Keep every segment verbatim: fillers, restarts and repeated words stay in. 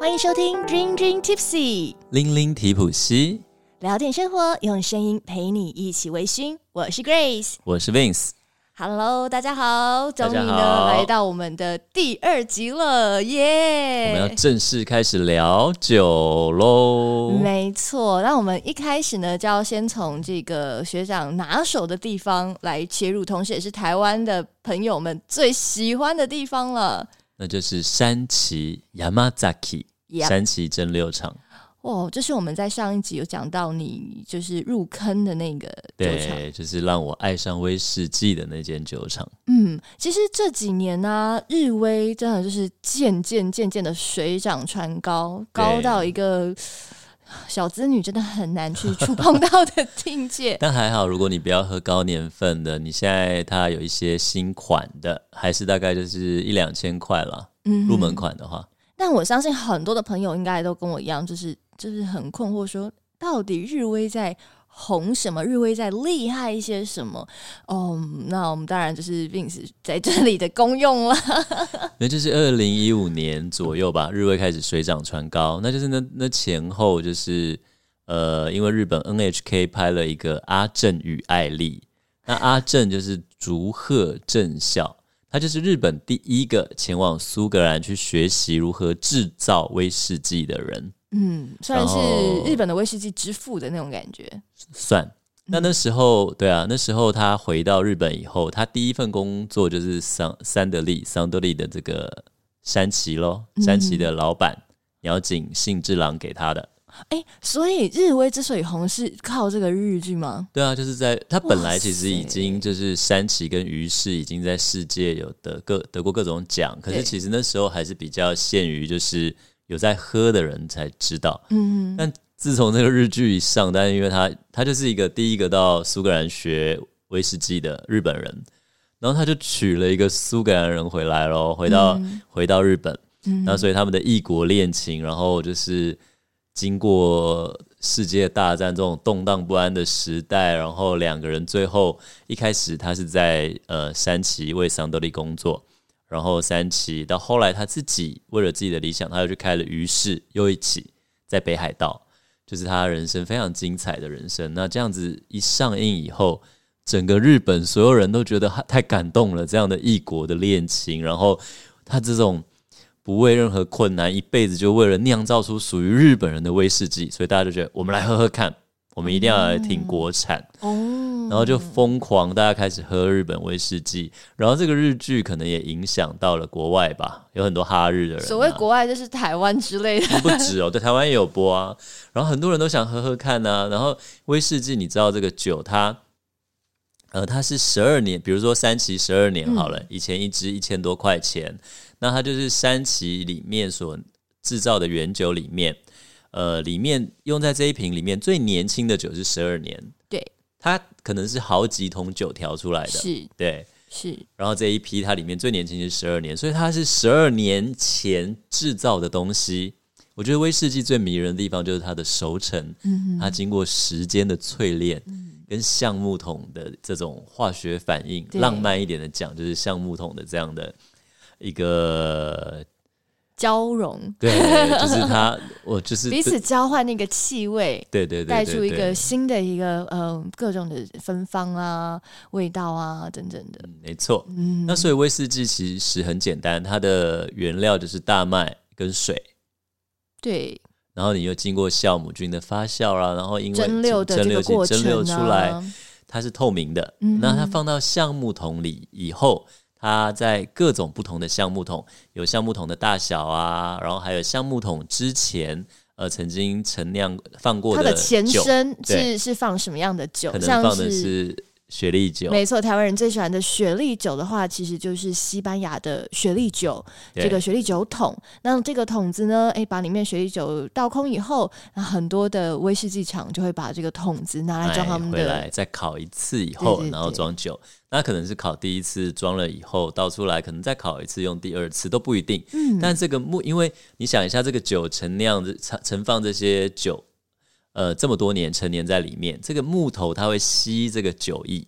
欢迎收听 Dream Dream Tipsy 零零提普西， 聊点生活，用声音陪你一起微醺。我是 Grace， 我是 Vince。Hello， 大家好，终于呢来到我们的第二集了，耶、yeah ！ 我们要正式开始聊酒喽。 没错，那我们一开始呢，就要先从这个学长拿手的地方来切入，同时也是台湾的朋友们最喜欢的地方了， 那就是山崎 Yamazaki、yep. 山崎蒸馏厂。 哦，这是我们在上一集有讲到你就是入坑的那个酒厂， 对，就是让我爱上威士忌的那间酒厂。 嗯，其实这几年呢、啊，日威真的就是渐渐渐渐的水涨船高，高到一个小资女真的很难去触碰到的境界。 但还好，如果你不要喝高年份的，你现在它有一些新款的，还是大概就是一两千块啦、嗯、入门款的话。 但我相信很多的朋友应该都跟我一样，就是就是很困惑说，到底日威在红什么？日威在厉害一些什么？哦，那我们当然就是 Vince 在这里的功用了。 那就是二零一五年左右吧，日威开始水涨船高，那就是那那前后就是呃，因为日本 N H K 拍了一个阿正与艾丽，那阿正就是竹贺正孝。他就是日本第一个前往苏格兰去学习如何制造威士忌的人， 嗯，算是日本的威士忌之父的那种感觉。 算。那那时候，对啊，那时候他回到日本以后，他第一份工作就是桑桑德利桑德利的这个山崎咯，山崎的老板鸟井幸治郎给他的。 欸，所以日威之所以红是靠这个日剧吗？ 对啊，就是在他本来其实已经就是山崎跟于氏已经在世界有得各得过各种奖，可是其实那时候还是比较限于就是有在喝的人才知道。嗯，但自从这个日剧一上，但是因为他他就是一个第一个到苏格兰学威士忌的日本人，然后他就娶了一个苏格兰人回来咯，回到、嗯、回到日本，然后所以他们的异国恋情，然后就是经过世界大战这种动荡不安的时代，然后两个人最后一开始他是在呃山崎为桑德利工作，然后山崎到后来他自己为了自己的理想，他又去开了于氏，又一起在北海道，就是他人生非常精彩的人生。那这样子一上映以后，整个日本所有人都觉得太感动了，这样的异国的恋情，然后他这种不畏任何困难，一辈子就为了酿造出属于日本人的威士忌，所以大家就觉得我们来喝喝看，我们一定要来挺国产、哦、然后就疯狂大家开始喝日本威士忌，然后这个日剧可能也影响到了国外吧，有很多哈日的人、啊、 所谓国外就是台湾之类的， 不止哦，对，台湾也有播啊，然后很多人都想喝喝看啊，然后威士忌你知道这个酒它呃，它是十二年，比如说山崎十二年好了、嗯、以前一支一千多块钱，那它就是山崎里面所制造的原酒里面，呃，里面用在这一瓶里面最年轻的酒是十二年， 对， 它可能是好几桶酒调出来的， 是， 对， 是，然后这一批它里面最年轻是十二年，所以它是十二年前制造的东西。我觉得威士忌最迷人的地方就是它的熟成，嗯、它经过时间的淬炼、嗯、跟橡木桶的这种化学反应，浪漫一点的讲就是橡木桶的这样的一个交融， 对，就是它我就是彼此交换那个气味， 对对对， 带出一个新的一个呃各种的芬芳啊、味道啊等等的、 嗯、没错、嗯、那所以威士忌其实很简单，它的原料就是大麦跟水， 对， 然后你又经过酵母菌的发酵啦、啊，然后因为蒸馏的这个过程、啊、 蒸馏出来它是透明的、嗯、那它放到橡木桶里以后，它在各种不同的橡木桶，有橡木桶的大小啊，然后还有橡木桶之前呃曾经陈酿放过的酒， 它的前身是是放什么样的酒？ 可能放的是雪莉酒， 没错，台湾人最喜欢的雪莉酒的话，其实就是西班牙的雪莉酒，这个雪莉酒桶。那这个桶子呢，哎，把里面雪莉酒倒空以后，那很多的威士忌厂就会把这个桶子拿来装他们的， 回来再烤一次以后， 对对对， 然后装酒。那可能是烤第一次装了以后倒出来，可能再烤一次用第二次都不一定。嗯，但这个木，因为你想一下，这个酒陈酿陈放这些酒。呃，这么多年陈年在里面，这个木头它会吸这个酒液，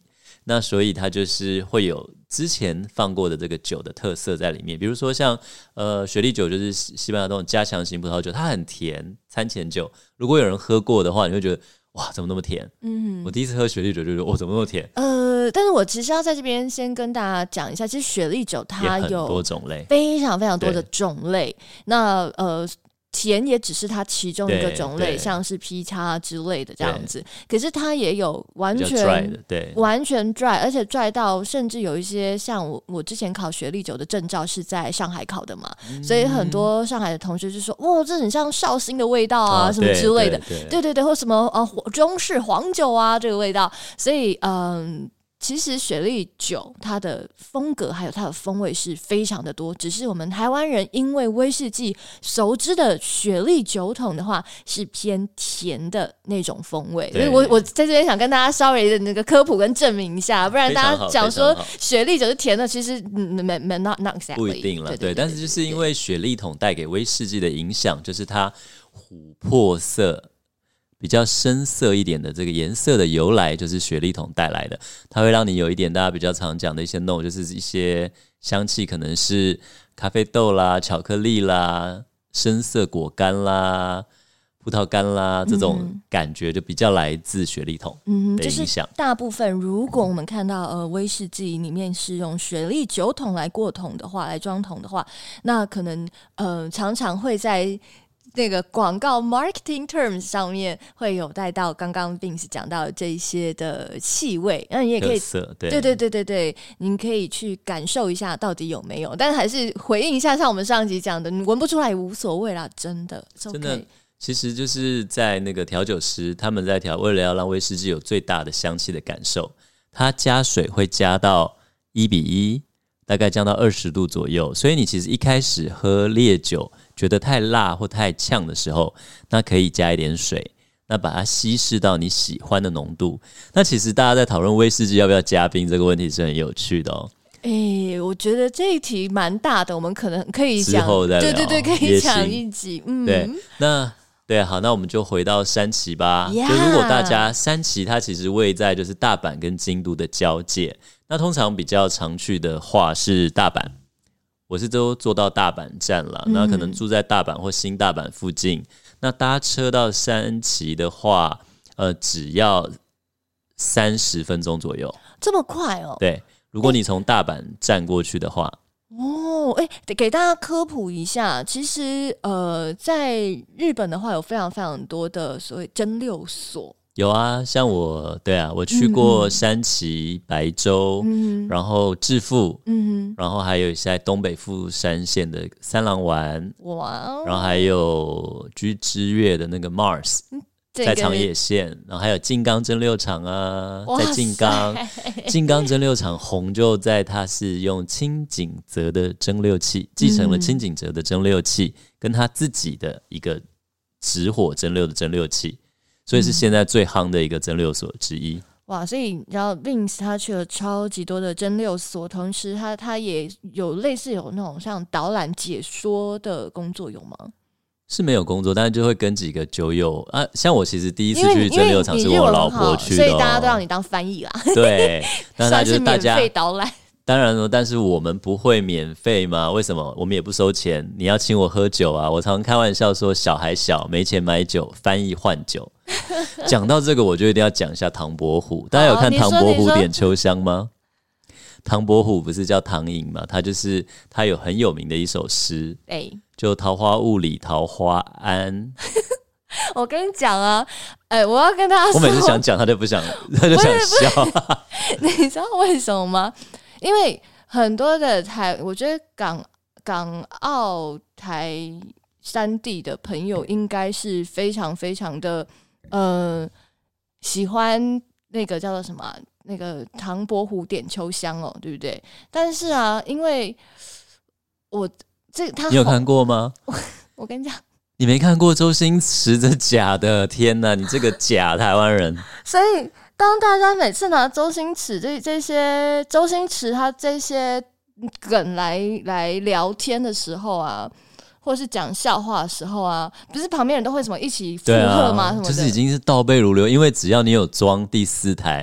那所以它就是会有之前放过的这个酒的特色在里面，比如说像呃雪莉酒就是西班牙那种加强型葡萄酒，它很甜，餐前酒，如果有人喝过的话，你会觉得哇怎么那么甜？嗯，我第一次喝雪莉酒就觉得哇怎么那么甜？ 呃，但是我其实要在这边先跟大家讲一下，其实雪莉酒它有很多种类， 非常非常多的种类。那呃。甜也只是它其中一个种类，像是 P 叉之类的这样子。可是它也有完全 dry 的，对， 完全 dry， 而且 dry 到甚至有一些像我我之前考雪莉酒的证照是在上海考的嘛，嗯、所以很多上海的同学就说：“哇，这很像绍兴的味道啊，哦、什么之类的。”对 对, 对对对，或什么呃中式黄酒啊，这个味道。所以嗯。其实雪莉酒它的风格还有它的风味是非常的多，只是我们台湾人因为威士忌熟知的雪莉酒桶的话是偏甜的那种风味，所以我我在这边想跟大家稍微的那个科普跟证明一下，不然大家讲说雪莉酒是甜的，其实没没 not not exactly 不一定了，对, 对, 对, 对, 对, 对，但是就是因为雪莉桶带给威士忌的影响，就是它琥珀色。比较深色一点的这个颜色的由来，就是雪莉桶带来的，它会让你有一点大家比较常讲的一些 note， 就是一些香气，可能是咖啡豆啦、巧克力啦、深色果干啦、葡萄干啦，这种感觉就比较来自雪莉桶的影响。嗯，就是大部分如果我们看到呃威士忌里面是用雪莉酒桶来过桶的话，来装桶的话，那可能呃常常会在那个广告 marketing terms 上面会有带到刚刚 Vince 讲到的这一些的气味，那你也可以对对对对对对，您可以去感受一下到底有没有，但还是回应一下像我们上一集讲的，你闻不出来也无所谓啦，真的、okay、 真的，其实就是在那个调酒师他们在调，为了要让威士忌有最大的香气的感受，他加水会加到一比一，大概降到二十度左右，所以你其实一开始喝烈酒觉得太辣或太呛的时候，那可以加一点水，那把它稀释到你喜欢的浓度。那其实大家在讨论威士忌要不要加冰这个问题是很有趣的哦。 欸、我觉得这一题蛮大的，我们可能可以讲之后再聊， 对对对，可以讲一集。嗯， 对，那对好，那我们就回到山崎吧。Yeah. 就如果大家山崎它其实位在就是大阪跟京都的交界，那通常比较常去的话是大阪。我是都坐到大阪站了，那可能住在大阪或新大阪附近，那搭车到山崎的话，呃，只要三十分钟左右。 这么快哦？ 对，如果你从大阪站过去的话。 哦，哎，给大家科普一下，其实呃，在日本的话，有非常非常多的所谓蒸馏所。 有啊，像我对啊，我去过山崎、白州，嗯、然后致富，嗯、然后还有在东北富山县的三郎丸，哇，然后还有居之月的那个 Mars，、嗯、在长野县，然后还有静冈蒸馏厂啊，在静冈，静冈蒸馏厂红就在它是用清井泽的蒸馏器，继承了清井泽的蒸馏器，嗯、跟他自己的一个直火蒸馏的蒸馏器。所以是现在最夯的一个蒸馏所之一。 哇，所以你知道 Vince 他去了超级多的蒸馏所，同时他他也有类似有那种像导览解说的工作，有吗？ 是没有工作，但是就会跟几个酒友啊，像我其实第一次去蒸馏厂是我老婆去的、哦， 所以大家都让你当翻译啦。 对，那他就是大家免费导览。 当然了，但是我们不会免费嘛？为什么？我们也不收钱。你要请我喝酒啊！我常常开玩笑说，小孩小没钱买酒，翻译换酒。讲到这个，我就一定要讲一下唐伯虎。大家有看唐伯虎点秋香吗？唐伯虎不是叫唐寅嘛？他就是他有很有名的一首诗，欸、就桃花坞里桃花庵。 我跟你讲啊，哎、欸，我要跟大家说， 我每次想讲，他就不想，他就想笑。 你知道为什么吗？因为很多的台，我觉得港港澳台三地的朋友应该是非常非常的呃喜欢那个叫做什么那个唐伯虎点秋香哦，对不对？但是啊，因为我这他你有看过吗？ 我, 我跟你讲， 你没看过周星驰的假的？天哪，你这个假台湾人！ 所以。当大家每次拿周星驰这这些周星驰他这些梗来来聊天的时候啊，或是讲笑话的时候啊，不是旁边人都会什么一起附和吗？ 啊、 什么的， 就是已经是倒背如流，因为只要你有装第四台，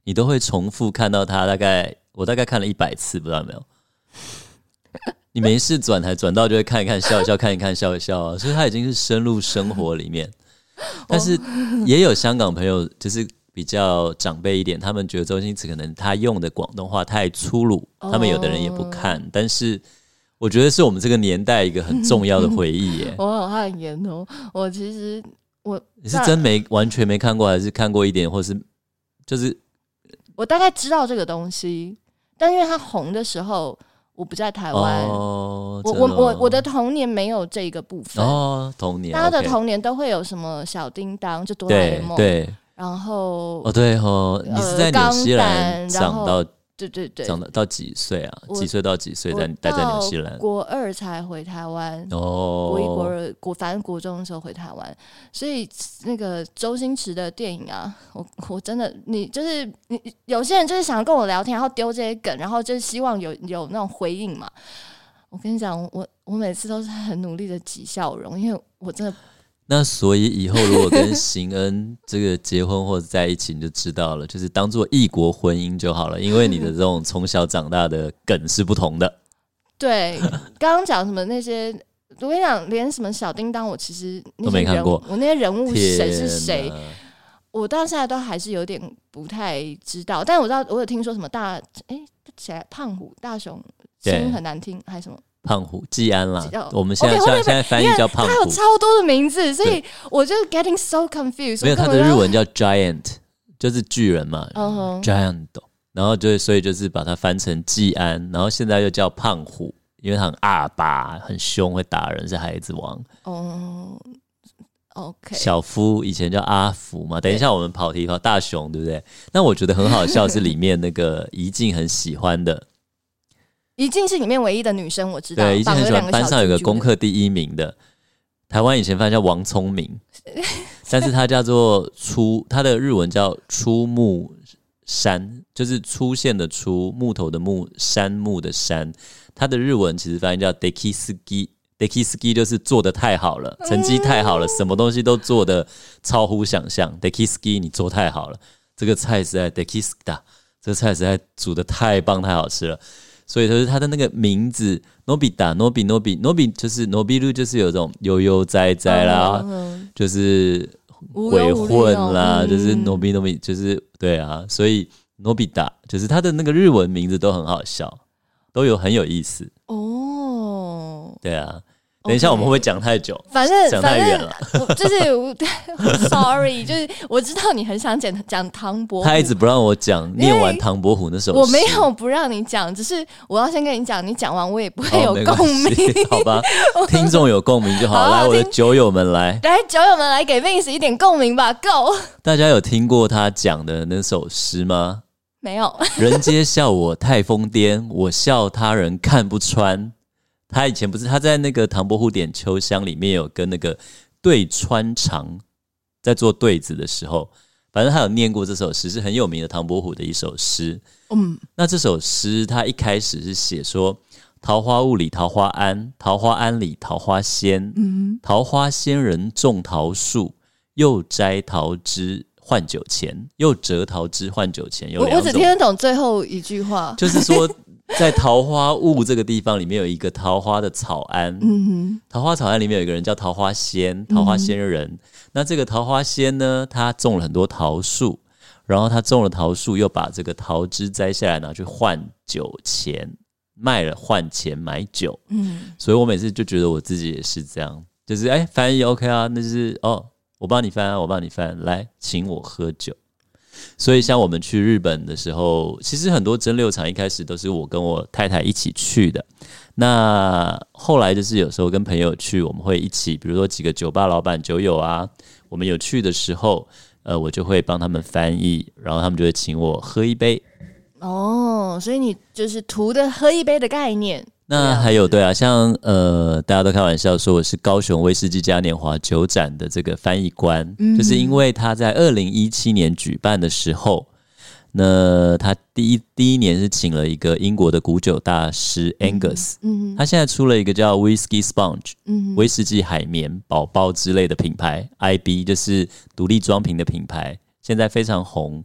你都会重复看到他，大概我大概看了一百次，不知道有没有？你没事转台转到就会看一看笑一笑，看一看笑一笑啊，所以他已经是深入生活里面。但是也有香港朋友就是比较长辈一点，他们觉得周星驰可能他用的广东话太粗鲁，他们有的人也不看。哦、但是我觉得是我们这个年代一个很重要的回忆耶。 我好汗颜哦，我其实我你是真没完全没看过，还是看过一点，或是就是我大概知道这个东西，但因为他红的时候。我不在台湾，哦、我我我我的童年没有这个部分哦，童年， 大家的童年都会有什么小叮当，就哆啦 A 梦， 对， 然后哦对哦，你是在纽西兰长到。 对对对， 长到几岁啊？几岁到几岁在待在纽西兰？ 国二才回台湾哦，国一国二国反正国中的时候回台湾，所以那个周星驰的电影啊，我我真的你就是你有些人就是想跟我聊天，然后丢这些梗，然后就是希望有有那种回应嘛。我跟你讲，我我每次都是很努力的挤笑容，因为我真的。 那所以以后如果跟邢恩这个结婚或者在一起，你就知道了，就是当做异国婚姻就好了，因为你的这种从小长大的梗是不同的。 对，刚刚讲什么那些，我跟你讲，连什么小叮当，我其实都没看过， 我那些人物谁是谁，我到现在都还是有点不太知道。但我知道，我有听说什么大哎，谁来胖虎、大雄，声音很难听，还是什么？ 胖虎季安啦，我们现在 okay, 现在翻译叫胖虎， 他有超多的名字，所以我就 getting so confused。 没有，他的日文叫 giant， 就是巨人嘛、uh huh. ，giant， 然后就所以就是把它翻成季安，然后现在又叫胖虎，因为他很阿爸，很凶，会打人，是孩子王。 哦、uh, ，OK。 小夫以前叫阿福嘛，等一下我们跑题跑大雄，对不对？那我觉得很好笑是里面那个怡静很喜欢的。 怡静是里面唯一的女生，我知道。 对，怡静很喜欢。班上有个功课第一名的，台湾以前翻叫王聪明，但是他叫做出，他的日文叫出木山，就是出现的出，木头的木，山木的山。他的日文其实翻译叫 Dekiski，Dekiski 就是做得太好了，成绩太好了，什么东西都做得超乎想象。Dekiski 你做太好了，这个菜实在 Dekiskita， 这个菜实在煮得太棒太好吃了。所以就是他的那个名字 Nobita Nobi Nobi Nobi 就是 Nobiru 就是有种悠悠哉哉啦，嗯、就是鬼混啦，哦、就是 Nobi Nobi 就是对啊，所以 Nobita 就是他的那个日文名字都很好笑，都有很有意思哦。对啊。等一下，我们会不会讲太久？ 反正讲太远了， 就是，sorry， 就是我知道你很想讲讲唐伯虎， 他一直不让我讲。念完唐伯虎那首诗， 我没有不让你讲，只是我要先跟你讲，你讲完我也不会有共鸣， 哦、好吧？听众有共鸣就好。好来，我的酒友们来， 来酒友们来给 Vince 一点共鸣吧 ，Go！ 大家有听过他讲的那首诗吗？ 没有。 人皆笑我太疯癫，我笑他人看不穿。他以前不是他在那个《唐伯虎点秋香》里面有跟那个对穿肠在做对子的时候，反正他有念过这首诗，是很有名的唐伯虎的一首诗。嗯，那这首诗他一开始是写说：桃花坞里桃花庵，桃花庵里桃花仙。嗯，桃花仙人种桃树，又摘桃枝换酒钱，又折桃枝换酒钱。有两种， 我只听得懂最后一句话， 就是说。在桃花坞这个地方里面有一个桃花的草庵，嗯哼，桃花草庵里面有一个人叫桃花仙，桃花仙人。嗯、那这个桃花仙呢，他种了很多桃树，然后他种了桃树，又把这个桃枝摘下来拿去换酒钱，卖了换钱买酒。嗯，所以我每次就觉得我自己也是这样，就是哎翻译 OK 啊，那就是哦，我帮你翻啊，我帮你翻，来请我喝酒。所以像我们去日本的时候，其实很多蒸馏厂一开始都是我跟我太太一起去的。那后来就是有时候跟朋友去，我们会一起，比如说几个酒吧老板酒友啊，我们有去的时候，呃，我就会帮他们翻译，然后他们就会请我喝一杯。 哦，所以你就是图的喝一杯的概念。 那还有对啊，像呃，大家都开玩笑说我是高雄威士忌嘉年华酒展的这个翻译官，嗯、就是因为他在二零一七年举办的时候，那他第一第一年是请了一个英国的古酒大师 Angus，嗯、他现在出了一个叫 Whisky Sponge，嗯、威士忌海绵宝宝之类的品牌 ，I B 就是独立装瓶的品牌，现在非常红。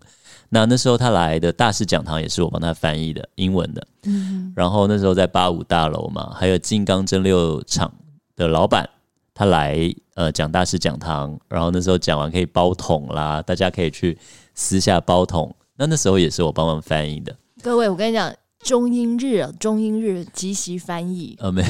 那那时候他来的大师讲堂也是我帮他翻译的英文的，嗯，然后那时候在八五大楼嘛，还有金刚蒸馏厂的老板他来呃讲大师讲堂，然后那时候讲完可以包桶啦，大家可以去私下包桶，那那时候也是我帮忙翻译的。 各位我跟你讲，中英日中英日即席翻译呃没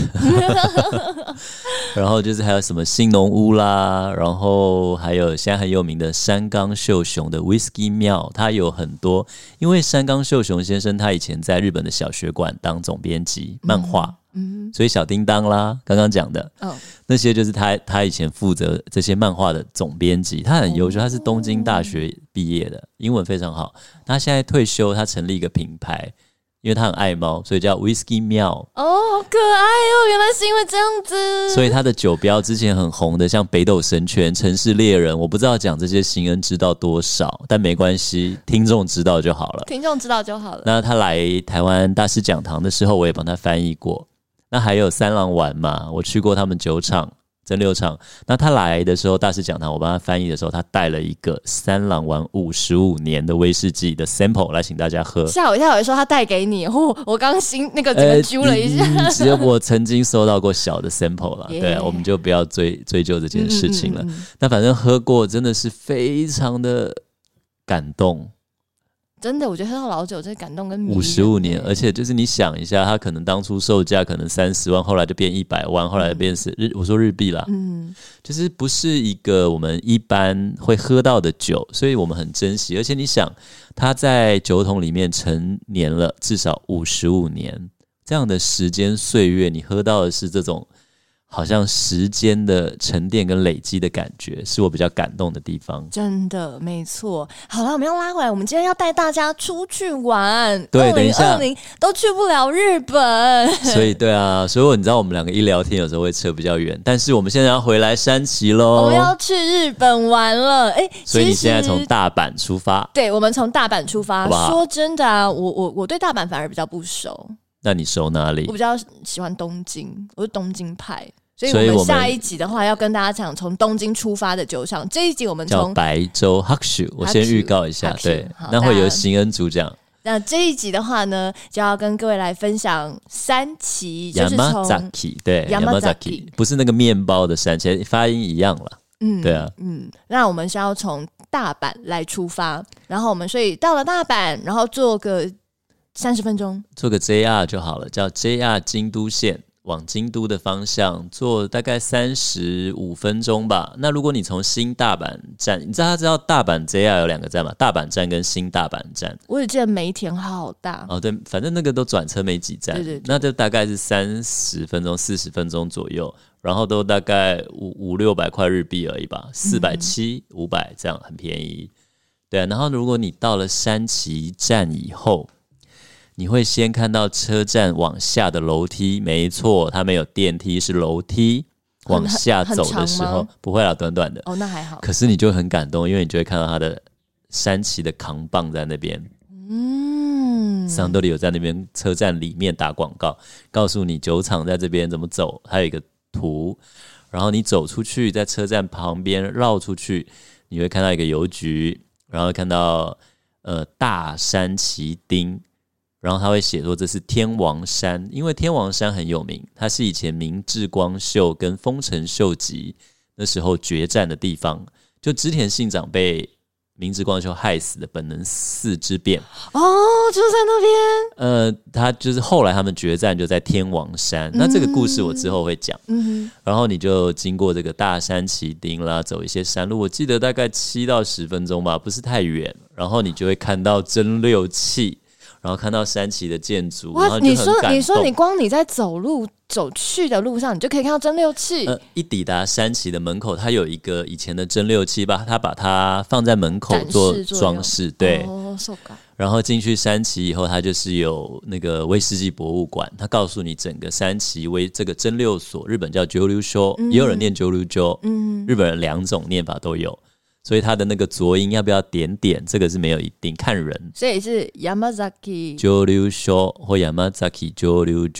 然后就是还有什么新农屋啦，然后还有现在很有名的山冈秀雄的 Whisky 庙，他有很多，因为山冈秀雄先生他以前在日本的小学馆当总编辑漫画，嗯，所以小叮当啦刚刚讲的、哦、那些就是他他以前负责这些漫画的总编辑，他很优秀，他是东京大学毕业的，英文非常好，他现在退休，他成立一个品牌，因为他很爱猫，所以叫 Whisky 庙。 哦，好可爱哦！原来是因为这样子。 所以他的酒标之前很红的，像北斗神拳、城市猎人，我不知道讲这些行恩知道多少，但没关系，听众知道就好了。 听众知道就好了。 那他来台湾大师讲堂的时候，我也帮他翻译过。那还有三郎丸嘛，我去过他们酒厂。蒸馏厂，那他来的时候，大师讲堂我帮他翻译的时候，他带了一个三郎丸五十五年的威士忌的 sample 来请大家喝。 吓我一跳，我说他带给你，哦、我刚心那个整个揪了一下。 呃嗯、只有我曾经收到过小的 sample 了， yeah. 对，我们就不要追追究这件事情了。嗯嗯嗯嗯那反正喝过，真的是非常的感动。 真的，我觉得喝到老酒这感动跟迷人。 五十五年，而且就是你想一下，他可能当初售价可能三十万，后来就变一百万，后来变是日，我说日币啦，嗯，就是不是一个我们一般会喝到的酒，所以我们很珍惜。而且你想，他在酒桶里面陈年了至少五十五年，这样的时间岁月，你喝到的是这种。好像时间的沉淀跟累积的感觉，是我比较感动的地方。 真的，没错。好了，我们要拉回来，我们今天要带大家出去玩。 对，等一下， 二零二零都去不了日本。 所以，对啊，所以你知道我们两个一聊天，有时候会扯比较远。但是我们现在要回来山崎喽， 我们要去日本玩了。哎， 所以你现在从大阪出发？ 对，我们从大阪出发。好不好？说真的啊，我我我对大阪反而比较不熟。 那你熟哪里？ 我比较喜欢东京，我是东京派。所以我们下一集的话要跟大家讲从东京出发的酒厂，这一集我们从叫白州 Hakushu， 我先预告一下，对，那会由行恩主讲。 那这一集的话呢，就要跟各位来分享山崎，就是从 Yamazaki， 对 Yamazaki， 不是那个面包的山，其实发音一样了。嗯，对啊， 嗯，那我们是要从大阪来出发，然后我们所以到了大阪，然后坐个三十分钟， 坐个 J R 就好了，叫 J R 京都线。往京都的方向坐大概三十五分钟吧。那如果你从新大阪站，你知道他知道大阪 J R 有两个站吗？大阪站跟新大阪站。 我也记得梅田好大哦，对，反正那个都转车没几站，对对对，那就大概是三十分钟、四十分钟左右，然后都大概五五六百块日币而已吧，四百七、五百这样很便宜。对啊，然后如果你到了山崎站以后。你会先看到车站往下的楼梯，没错，它没有电梯，是楼梯。往下走的时候，不会啦，短短的。 哦，那还好。 可是你就很感动，因为你就会看到它的山崎的扛棒在那边。嗯，桑多利有在那边车站里面打广告，告诉你酒厂在这边怎么走，还有一个图。然后你走出去，在车站旁边绕出去，你会看到一个邮局，然后看到呃大山崎町。然后他会写说这是天王山，因为天王山很有名，它是以前明智光秀跟丰臣秀吉那时候决战的地方，就织田信长被明智光秀害死的本能寺之变哦，就是在那边。 呃，他就是后来他们决战就在天王山，嗯、那这个故事我之后会讲。嗯，然后你就经过这个大山崎町啦，走一些山路，我记得大概七到十分钟吧，不是太远。然后你就会看到蒸馏器。然后看到山崎的建筑，然后你就很感动。 你说，你说你光你在走路走去的路上，你就可以看到蒸馏器。呃， 一抵达山崎的门口，它有一个以前的蒸馏器吧，它把它放在门口做装饰，对。哦，然后进去山崎以后，它就是有那个威士忌博物馆，它告诉你整个山崎威这个蒸馏所，日本叫蒸馏所，嗯、也有人念蒸馏所，嗯，日本人两种念法都有。所以它的那个浊音要不要点点，这个是没有一定，看人。 所以是 Yamazaki 蒸馏所或 Yamazaki 蒸馏所，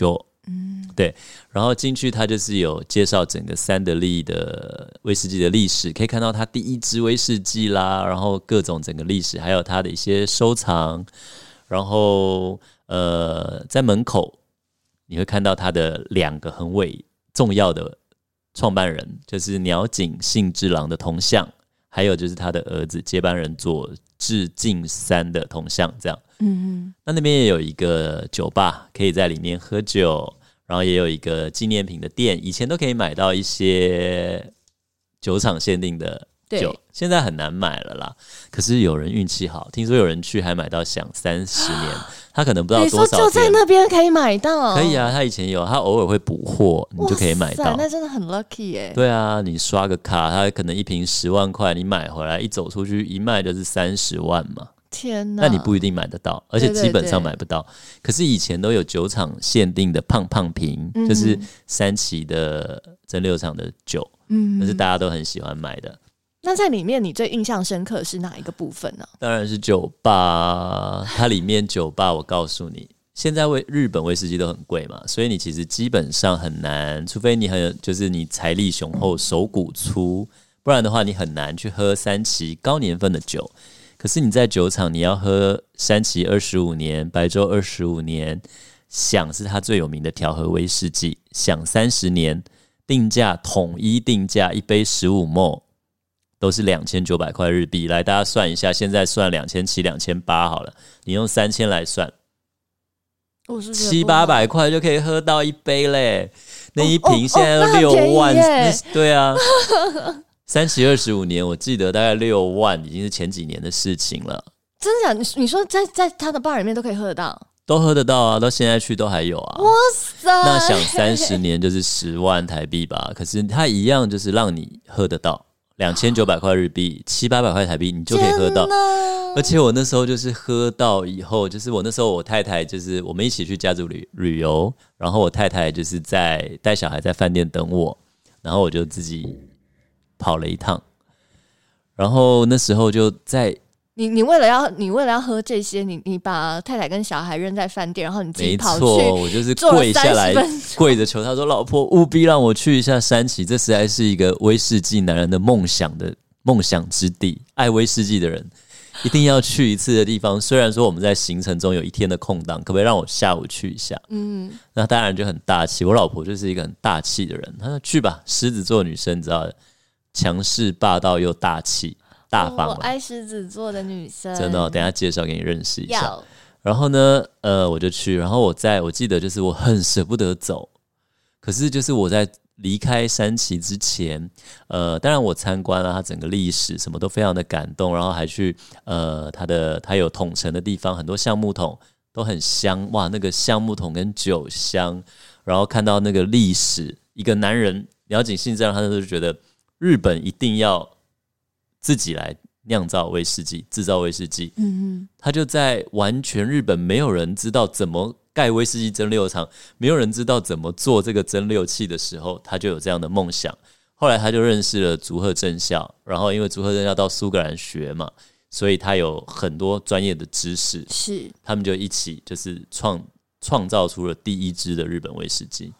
嗯， 对，然后进去它就是有介绍整个三得利的威士忌的历史，可以看到它第一支威士忌啦，然后各种整个历史，还有它的一些收藏，然后呃，在门口你会看到它的两个很伟重要的创办人，就是鸟井幸之郎的铜像，还有就是他的儿子接班人佐治敬三的铜像，这样。嗯，那那边也有一个酒吧，可以在里面喝酒，然后也有一个纪念品的店，以前都可以买到一些酒厂限定的酒，现在很难买了啦。可是有人运气好，听说有人去还买到享三十年，他可能不知道多少天。 你说就在那边可以买到？ 可以啊，他以前有，他偶尔会补货，你就可以买到。 那真的很 lucky 耶、欸。 对啊，你刷个卡，他可能一瓶十万块，你买回来一走出去一卖就是三十万嘛。 天哪！ 那你不一定买得到，而且基本上买不到。对对对，可是以前都有酒厂限定的胖胖瓶，嗯、就是三旗的蒸馏厂的酒，嗯，那是大家都很喜欢买的。 那在里面你最印象深刻是哪一个部分呢？ 当然是酒吧，它里面酒吧我告诉你，现在威日本威士忌都很贵嘛，所以你其实基本上很难，除非你很就是你财力雄厚手骨粗，不然的话你很难去喝三旗高年份的酒。可是你在酒厂你要喝山崎二十五年、白州二十五年，响是它最有名的调和威士忌，响三十年，定价统一定价一杯十五 ml 都是两千九百块日币。来大家算一下，现在算两千七、两千八好了，你用三千来算，七八百块就可以喝到一杯嘞。那一瓶现在要六万，哦哦哦、对啊。三期二十五年，我记得大概六万，已经是前几年的事情了。 真的假的？你说在在他的 bar 里面都可以喝得到？ 都喝得到啊，到现在去都还有啊。 哇塞！ 那想三十年就是十万台币吧？可是它一样就是让你喝得到，两千九百块日币，七八百块台币，你就可以喝到。而且我那时候就是喝到以后，就是我那时候我太太就是我们一起去家族旅旅游，然后我太太就是在带小孩在饭店等我，然后我就自己跑了一趟，然后那时候就在你你为了要你为了要喝这些，你你把太太跟小孩扔在饭店，然后你自己跑去，没错， 我就是跪下来跪着求他说：“老婆，务必让我去一下山崎，这实在是一个威士忌男人的梦想的梦想之地，爱威士忌的人一定要去一次的地方。虽然说我们在行程中有一天的空档，可不可以让我下午去一下？”嗯，那当然就很大气。我老婆就是一个很大气的人，她说：“去吧，狮子座女生，你知道的。”强势霸道又大气大方、哦、 我爱狮子座的女生， 真的、哦、等一下介绍给你认识一下。然后呢呃，我就去，然后我在我记得就是我很舍不得走，可是就是我在离开山崎之前，呃，当然我参观了它整个历史，什么都非常的感动，然后还去呃它的它有桶陈的地方，很多橡木桶都很香，哇，那个橡木桶跟酒香，然后看到那个历史，一个男人鸟井幸之郎，他就觉得日本一定要自己来酿造威士忌，制造威士忌。嗯，他就在完全日本没有人知道怎么盖威士忌蒸馏厂，没有人知道怎么做这个蒸馏器的时候，他就有这样的梦想。后来他就认识了竹贺正孝，然后因为竹贺正孝到苏格兰学嘛，所以他有很多专业的知识，是他们就一起就是创创造出了第一支的日本威士忌。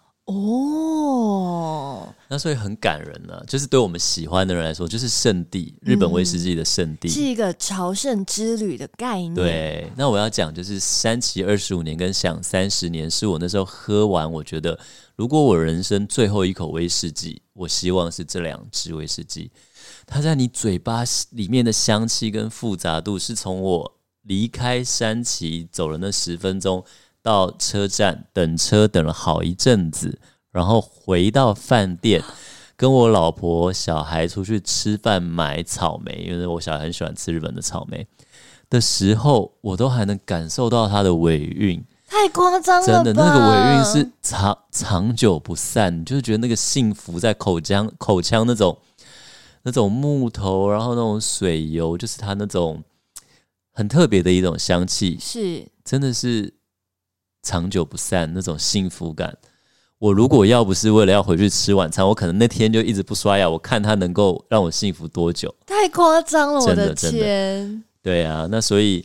哦，那所以很感人啊，就是对我们喜欢的人来说，就是圣地，日本威士忌的圣地，嗯、 是一个朝圣之旅的概念。 对，那我要讲就是山崎二十五年跟响三十年，是我那时候喝完，我觉得如果我人生最后一口威士忌，我希望是这两支威士忌。它在你嘴巴里面的香气跟复杂度，是从我离开山崎走了那十分钟。到车站等车等了好一阵子，然后回到饭店跟我老婆小孩出去吃饭买草莓，因为我小孩很喜欢吃日本的草莓的时候，我都还能感受到它的尾韵。 太夸张了吧， 真的，那个尾韵是长长久不散，你就是觉得那个幸福在口腔口腔那种那种木头，然后那种水油，就是它那种很特别的一种香气，是真的是长久不散那种幸福感。我如果要不是为了要回去吃晚餐，我可能那天就一直不刷牙，我看它能够让我幸福多久。 太夸张了，我的天！ 对啊，那所以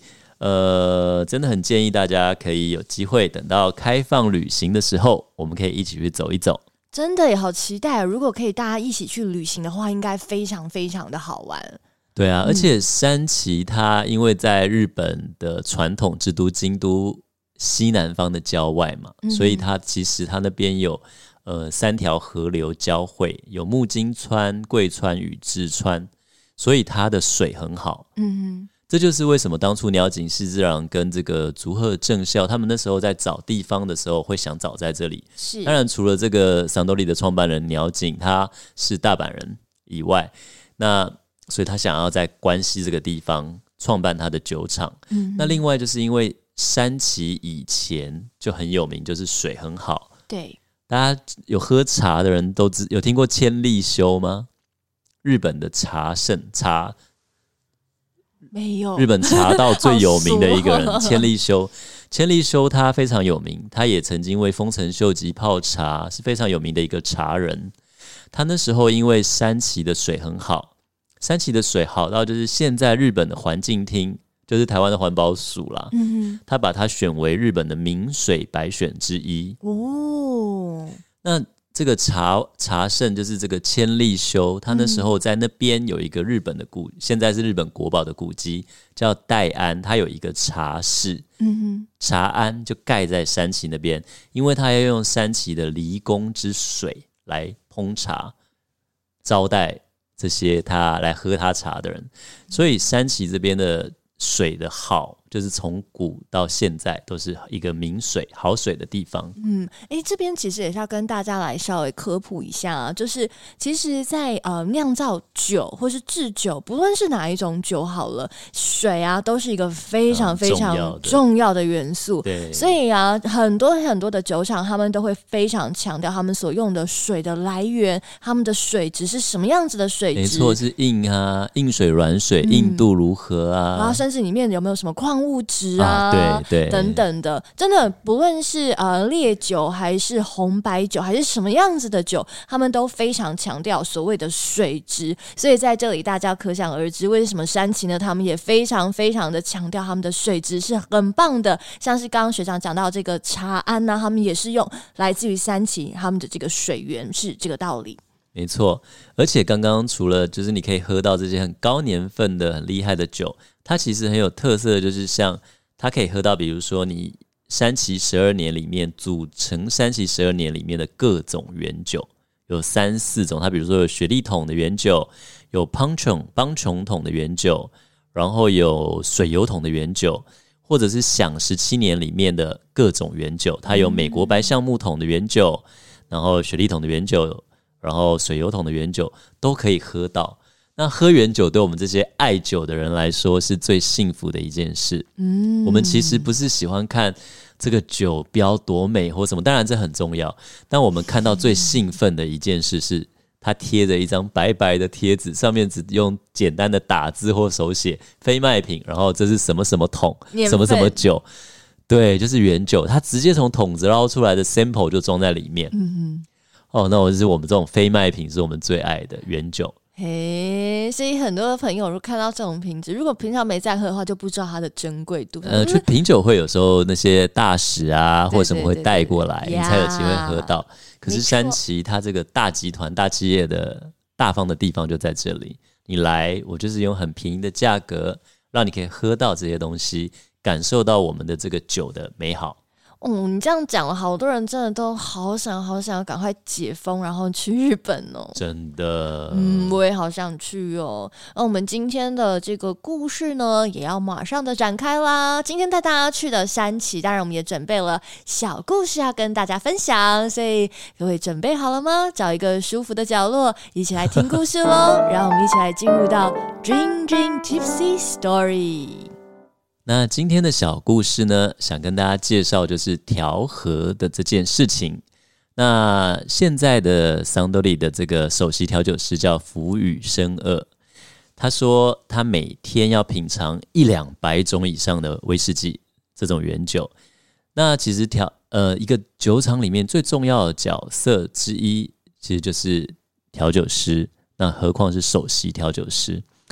呃，真的很建议大家可以有机会，等到开放旅行的时候，我们可以一起去走一走。 真的也好期待，如果可以大家一起去旅行的话，应该非常非常的好玩。 对啊，而且山崎它因为在日本的传统之都京都西南方的郊外嘛，嗯、所以它其实它那边有呃三条河流交汇，有木津川、贵川与志川，所以它的水很好。嗯，这就是为什么当初鸟井sil之郎跟这个竹贺正孝他们那时候在找地方的时候会想找在这里。是，当然除了这个桑多利的创办人鸟井他是大阪人以外，那所以他想要在关西这个地方创办他的酒厂。嗯，那另外就是因为山崎以前就很有名，就是水很好。 对， 大家有喝茶的人都知有听过千利休吗？日本的茶圣茶。 没有， 日本茶道最有名的一个人千利休。千利休他非常有名，他也曾经为丰臣秀吉泡茶，是非常有名的一个茶人。他那时候因为山崎的水很好，山崎的水好到就是现在日本的环境厅，就是台湾的环保署啦，嗯、他把它选为日本的名水百选之一。哦，那这个茶茶圣就是这个千利休，他那时候在那边有一个日本的古，现在是日本国宝的古迹叫岱庵，他有一个茶室，嗯哼，茶庵就盖在山崎那边，因为他要用山崎的离宫之水来烹茶，招待这些他来喝他茶的人，所以山崎这边的水的好，就是从古到现在都是一个名水好水的地方。 嗯，哎，这边其实也是要跟大家来稍微科普一下啊，就是其实在呃酿造酒或是制酒，不论是哪一种酒好了，水啊都是一个非常非常重要的元素。对，所以啊，很多很多的酒厂他们都会非常强调他们所用的水的来源，他们的水质是什么样子的水质。 没错，是硬啊，硬水、软水，嗯、硬度如何啊？ 然后甚至里面有没有什么矿物质啊，啊对对等等的，真的不论是呃烈酒还是红白酒还是什么样子的酒，他们都非常强调所谓的水质。所以在这里大家可想而知，为什么山崎呢？他们也非常非常的强调他们的水质是很棒的。像是刚刚学长讲到这个茶庵呢、啊，他们也是用来自于山崎他们的这个水源，是这个道理。 没错，而且刚刚除了就是你可以喝到这些很高年份的很厉害的酒，它其实很有特色的，就是像它可以喝到比如说你山崎十二年里面组成山崎十二年里面的各种原酒，有三四种，它比如说有雪莉桶的原酒，有邦琼邦琼桶的原酒，然后有水油桶的原酒，或者是享十七年里面的各种原酒，它有美国白橡木桶的原酒，然后雪莉桶的原酒，然后水油桶的原酒都可以喝到。那喝原酒对我们这些爱酒的人来说是最幸福的一件事。嗯，我们其实不是喜欢看这个酒标多美或什么，当然这很重要，但我们看到最兴奋的一件事是它贴着一张白白的贴纸，上面只用简单的打字或手写非卖品，然后这是什么什么桶什么什么酒，对，就是原酒，它直接从桶子捞出来的 sample 就装在里面。嗯哼，哦，那我就是我们这种非卖品是我们最爱的原酒。 嘿，所以很多的朋友如果看到这种瓶子，如果平常没在喝的话，就不知道它的珍贵度。 呃，去品酒会有时候那些大使啊或者什么会带过来，你才有机会喝到。可是山崎它这个大集团大企业的大方的地方就在这里，你来我就是用很便宜的价格让你可以喝到这些东西，感受到我们的这个酒的美好。 哦，你这样讲了，好多人真的都好想好想赶快解封，然后去日本哦。 真的， 嗯，我也好想去哦。那我们今天的这个故事呢，也要马上的展开啦。今天带大家去的山崎，当然我们也准备了小故事要跟大家分享，所以各位准备好了吗？找一个舒服的角落，一起来听故事咯。让我们一起来进入到 Dream Dream Tipsy Story。 那今天的小故事呢，想跟大家介绍就是调和的这件事情。那现在的桑多利的这个首席调酒师叫福宇生二，他说他每天要品尝一两百种以上的威士忌这种原酒。那其实调呃一个酒厂里面最重要的角色之一，其实就是调酒师，那何况是首席调酒师。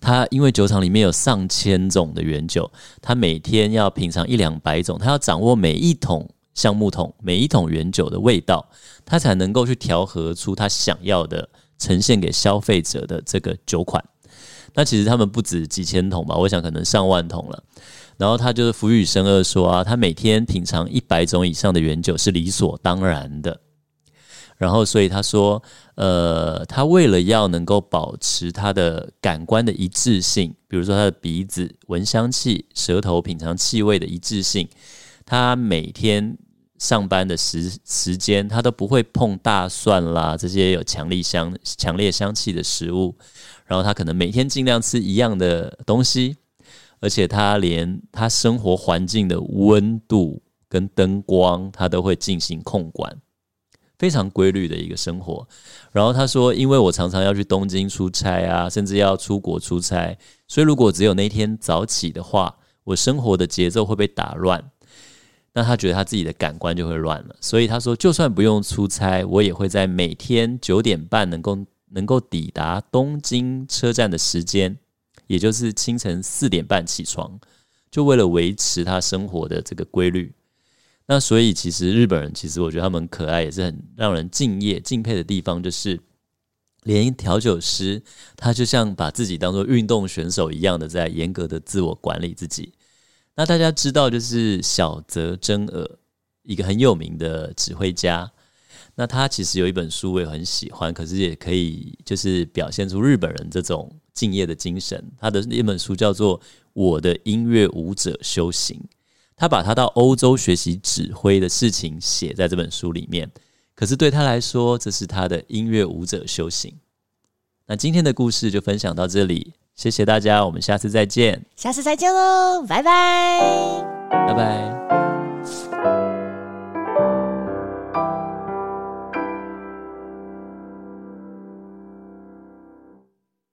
他因为酒厂里面有上千种的原酒，他每天要品尝一两百种，他要掌握每一桶橡木桶每一桶原酒的味道，他才能够去调和出他想要的呈现给消费者的这个酒款。那其实他们不止几千桶吧，我想可能上万桶了。然后他就是福语生二说啊，他每天品尝一百种以上的原酒是理所当然的。然后所以他说呃，他为了要能够保持他的感官的一致性，比如说他的鼻子闻香气，舌头品尝气味的一致性，他每天上班的 时, 时间他都不会碰大蒜啦这些有强烈香强烈香气的食物，然后他可能每天尽量吃一样的东西，而且他连他生活环境的温度跟灯光他都会进行控管，非常规律的一个生活。然后他说因为我常常要去东京出差啊，甚至要出国出差，所以如果只有那天早起的话，我生活的节奏会被打乱，那他觉得他自己的感官就会乱了。所以他说就算不用出差，我也会在每天九点半能够能够抵达东京车站的时间，也就是清晨四点半起床，就为了维持他生活的这个规律。那所以其实日本人其实我觉得他们很可爱，也是很让人敬业敬佩的地方，就是连调酒师他就像把自己当作运动选手一样的在严格的自我管理自己。那大家知道就是小泽征尔，一个很有名的指挥家，那他其实有一本书我也很喜欢，可是也可以就是表现出日本人这种敬业的精神。他的一本书叫做《我的音乐舞者修行》，他把他到欧洲学习指挥的事情写在这本书里面，可是对他来说这是他的音乐舞者修行。那今天的故事就分享到这里，谢谢大家，我们下次再见。 下次再见喽，拜拜， 拜拜。